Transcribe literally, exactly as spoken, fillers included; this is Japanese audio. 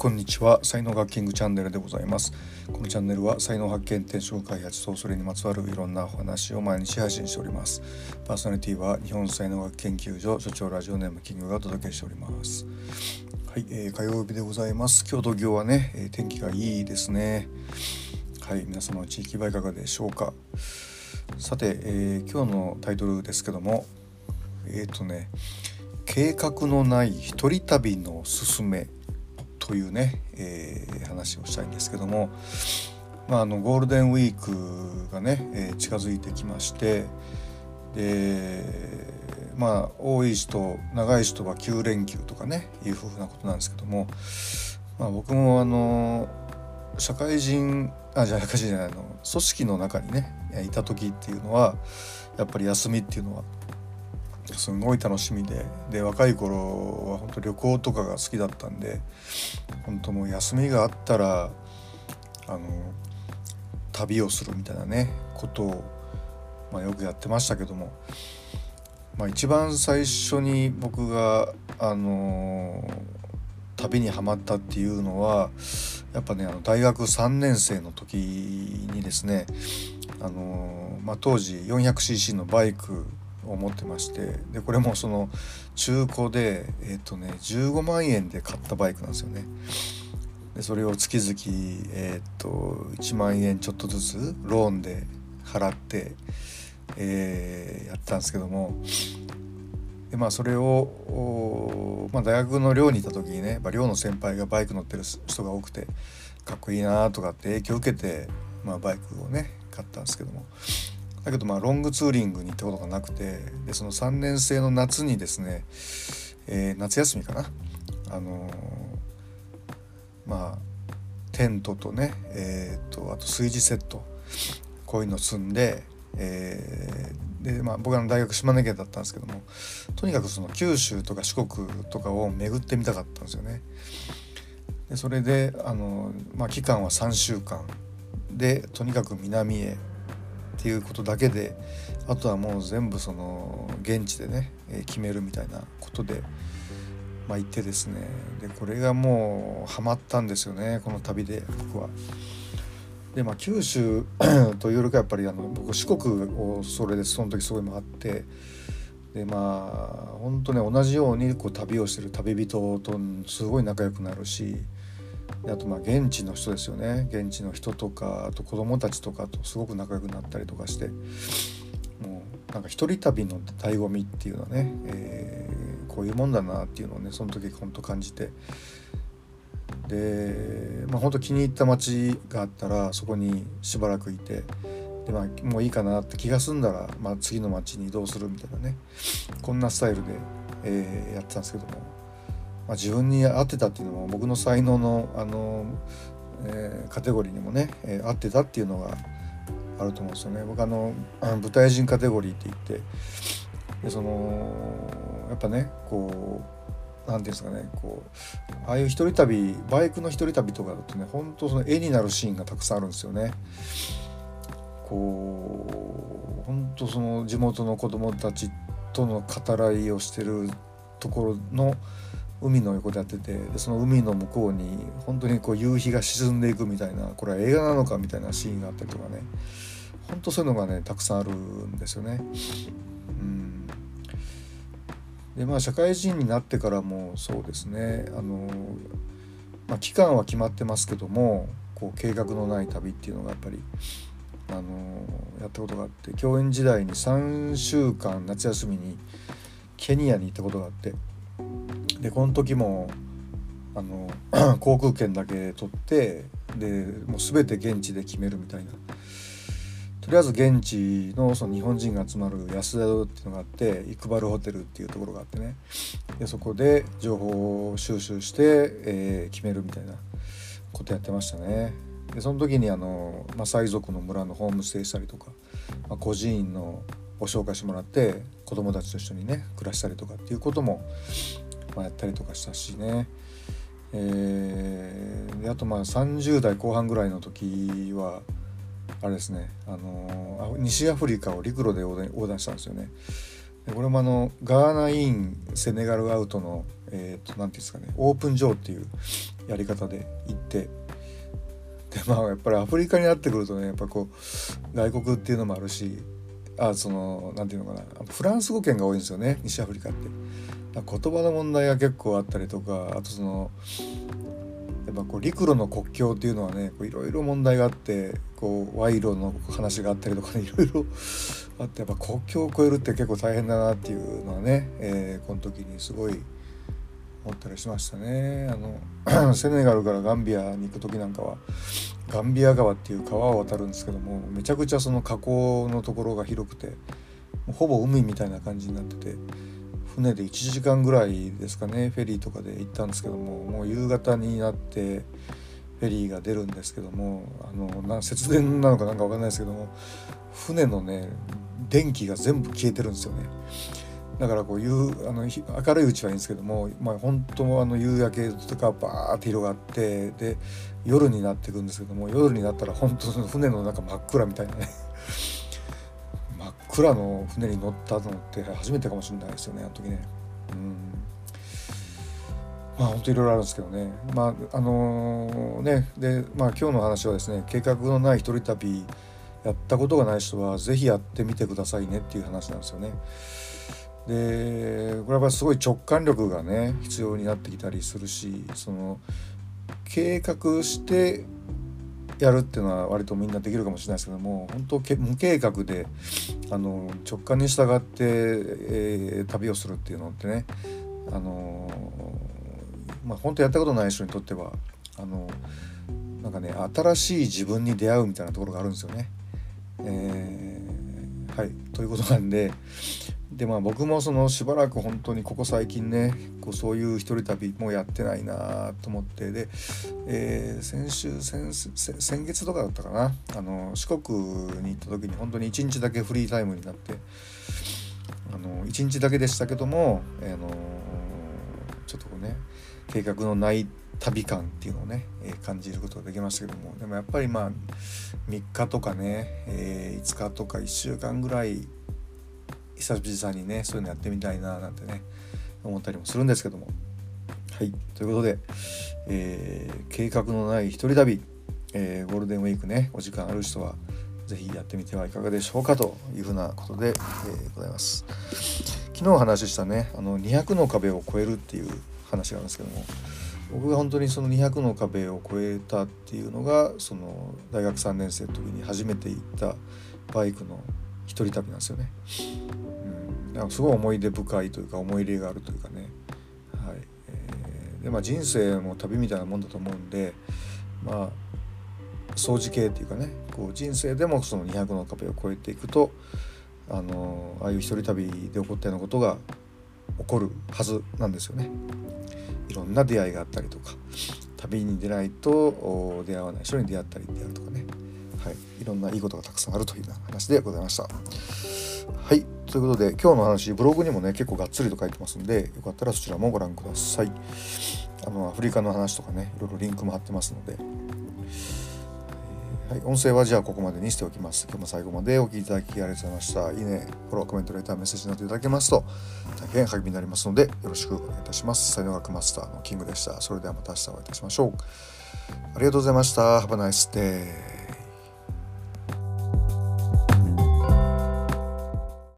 こんにちは。才能学キングチャンネルでございます。このチャンネルは才能発見、転職開発とそれにまつわるいろんなお話を毎日配信しております。パーソナリティは日本才能学研究所所長ラジオネームキングがお届けしております。はい、えー、火曜日でございます。今日東京はね、えー、天気がいいですね。はい、皆様の地域はいかがでしょうか。さて、えー、今日のタイトルですけども、えっ、ー、とね、計画のない一人旅のすすめというね、えー、話をしたいんですけども、まあ、あのゴールデンウィークがね、えー、近づいてきまして、でまあ多い人長い人はきゅうれんきゅうとかねいうふうなことなんですけども、まあ、僕もあの社会人あじゃあ社会人じゃないの組織の中にねいた時っていうのはやっぱり休みっていうのはすごい楽しみで、で若い頃は本当旅行とかが好きだったんで、本当もう休みがあったらあの旅をするみたいなねことを、まあ、よくやってましたけども、まあ、一番最初に僕があの旅にはまったっていうのはやっぱねあの大学さんねん生の時にですね、あの、まあ、当時 よんひゃくシーシー のバイクを持ってまして、でこれもその中古でえっとねじゅうごまんえんで買ったバイクなんですよね。でそれを月々えっといちまんえんちょっとずつローンで払って、えー、やったんですけども、でまあそれを、まあ、大学の寮にいた時にね、まあ、寮の先輩がバイク乗ってる人が多くてかっこいいなとかって影響を受けて、まあ、バイクをね買ったんですけども、だけどまあロングツーリングに行ったことがなくて、でそのさんねん生の夏にですね、えー、夏休みかな、あのー、まあテントとね、えー、とあと炊事セットこういうの積んで、えー、でまあ僕は大学島根県だったんですけども、とにかくその九州とか四国とかを巡ってみたかったんですよね。でそれであの、まあ、期間はさんしゅうかんでとにかく南へっていうことだけで、あとはもう全部その現地でね、えー、決めるみたいなことで、まあ、行ってですね、でこれがもうハマったんですよね、この旅で僕は。でまあ九州というよりかやっぱりあの僕四国をそれでその時すごい回って、でまあ本当ね同じようにこう旅をしてる旅人とすごい仲良くなるし、あとまあ現地の人ですよね、現地の人とかあと子供たちとかとすごく仲良くなったりとかして、もうなんか一人旅の醍醐味っていうのはね、えー、こういうもんだなっていうのをねその時本当感じて、でまあ本当気に入った街があったらそこにしばらくいて、でまあもういいかなって気が済んだら、まあ、次の街に移動するみたいなね、こんなスタイルで、えー、やってたんですけども、まあ、自分に合ってたっていうのも僕の才能の、あの、えー、カテゴリーにもね、えー、合ってたっていうのがあると思うんですよね。僕あの舞台人カテゴリーって言って、でそのやっぱねこうなんていうんですかね、こうああいう一人旅バイクの一人旅とかだとね本当その絵になるシーンがたくさんあるんですよね。こう本当その地元の子供たちとの語らいをしてるところの海の横でやってて、でその海の向こうに本当にこう夕日が沈んでいくみたいな、これは映画なのかみたいなシーンがあったりとかね、本当そういうのがねたくさんあるんですよね。うんでまあ社会人になってからもそうですね、あの、まあ、期間は決まってますけども、こう計画のない旅っていうのがやっぱりあのやったことがあって、教員時代にさんしゅうかん夏休みにケニアに行ったことがあって、でこの時もあの航空券だけ取って、でもう全て現地で決めるみたいな、とりあえず現地 の, その日本人が集まる安宿っていうのがあって、イクバルホテルっていうところがあってね、でそこで情報を収集して、えー、決めるみたいなことやってましたね。でその時にあのマサイ族の村のホームステイしたりとか、まあ、孤児院のご紹介してもらって子供たちと一緒にね暮らしたりとかっていうことも、まあ、やったりとかしたしね、えー、であとまあさんじゅう代後半ぐらいの時はあれですね、あの西アフリカを陸路で横断したんですよね。でこれもあのガーナインセネガルアウトの、 えー、となんていうんですかねオープン上っていうやり方で行って、でまあやっぱりアフリカになってくるとねやっぱこう外国っていうのもあるし、あそのなんていうのかなフランス語圏が多いんですよね、西アフリカって。言葉の問題が結構あったりとか、あとそのやっぱこう陸路の国境っていうのはねいろいろ問題があって、こう賄賂の話があったりとかねいろいろあって、やっぱ国境を越えるって結構大変だなっていうのはね、えー、この時にすごい思ったりしましたね。あのセネガルからガンビアに行く時なんかはガンビア川っていう川を渡るんですけども、めちゃくちゃその河口のところが広くてもうほぼ海みたいな感じになってて、船でいちじかんぐらいですかねフェリーとかで行ったんですけども、もう夕方になってフェリーが出るんですけども、あのな節電なのかなんか分かんないですけども、船のね電気が全部消えてるんですよね。だからこういうあの明るいうちはいいんですけども、まあ、本当あの夕焼けとかバーって広がって、で夜になっていくんですけども、夜になったら本当その船の中真っ暗みたいなね真っ暗の船に乗ったのって初めてかもしれないですよね、あの時ね。うんまあ本当いろいろあるんですけどね。まああのー、ねでまあ今日の話はですね、計画のない一人旅やったことがない人はぜひやってみてくださいねっていう話なんですよね。でこれはやっぱりすごい直感力がね必要になってきたりするし、その計画してやるっていうのは割とみんなできるかもしれないですけども、本当無計画であの直感に従って、えー、旅をするっていうのってね、あのまあ本当やったことない人にとってはあのなんかね新しい自分に出会うみたいなところがあるんですよね。えー、はいということなんで。でまあ僕もそのしばらく本当にここ最近ねこうそういう一人旅もやってないなと思って、で、えー、先週先先月とかだったかな、あの四国に行った時に本当にいちにちだけフリータイムになって、あのいちにちだけでしたけども、えー、のちょっとこうね計画のない旅感っていうのをね、えー、感じることができましたけども、でもやっぱりまあみっかとかね、えー、いつかとかいっしゅうかんぐらい久々にねそういうのやってみたいななんてね思ったりもするんですけども、はいということで、えー、計画のない一人旅、えー、ゴールデンウィークねお時間ある人はぜひやってみてはいかがでしょうかというふうなことで、えー、ございます。昨日お話ししたねあのにひゃくの壁を越えるっていう話があるんですけども、僕が本当にそのにひゃくの壁を越えたっていうのがその大学さんねん生の時に初めて行ったバイクの一人旅なんですよね。なんかすごい思い出深いというか思い入れがあるというかね、はいえーでまあ、人生も旅みたいなもんだと思うんで、まあ掃除系っていうかねこう人生でもそのにひゃくの壁を越えていくとあのああいう一人旅で起こったようなことが起こるはずなんですよね。いろんな出会いがあったりとか、旅に出ないと出会わない人に出会ったりであるとかね、はい、いろんないいことがたくさんあるというような話でございました。はいということで今日の話ブログにもね結構がっつりと書いてますんで、よかったらそちらもご覧ください。あのアフリカの話とかねいろいろリンクも貼ってますので、えーはい、音声はじゃあここまでにしておきます。今日も最後までお聞きいただきありがとうございました。いいね、フォロー、コメント、レター、メッセージなどいただけますと大変励みになりますのでよろしくお願いいたします。才能学マスターのキングでした。それではまた明日お会いいたしましょう。ありがとうございました。Have a nice day.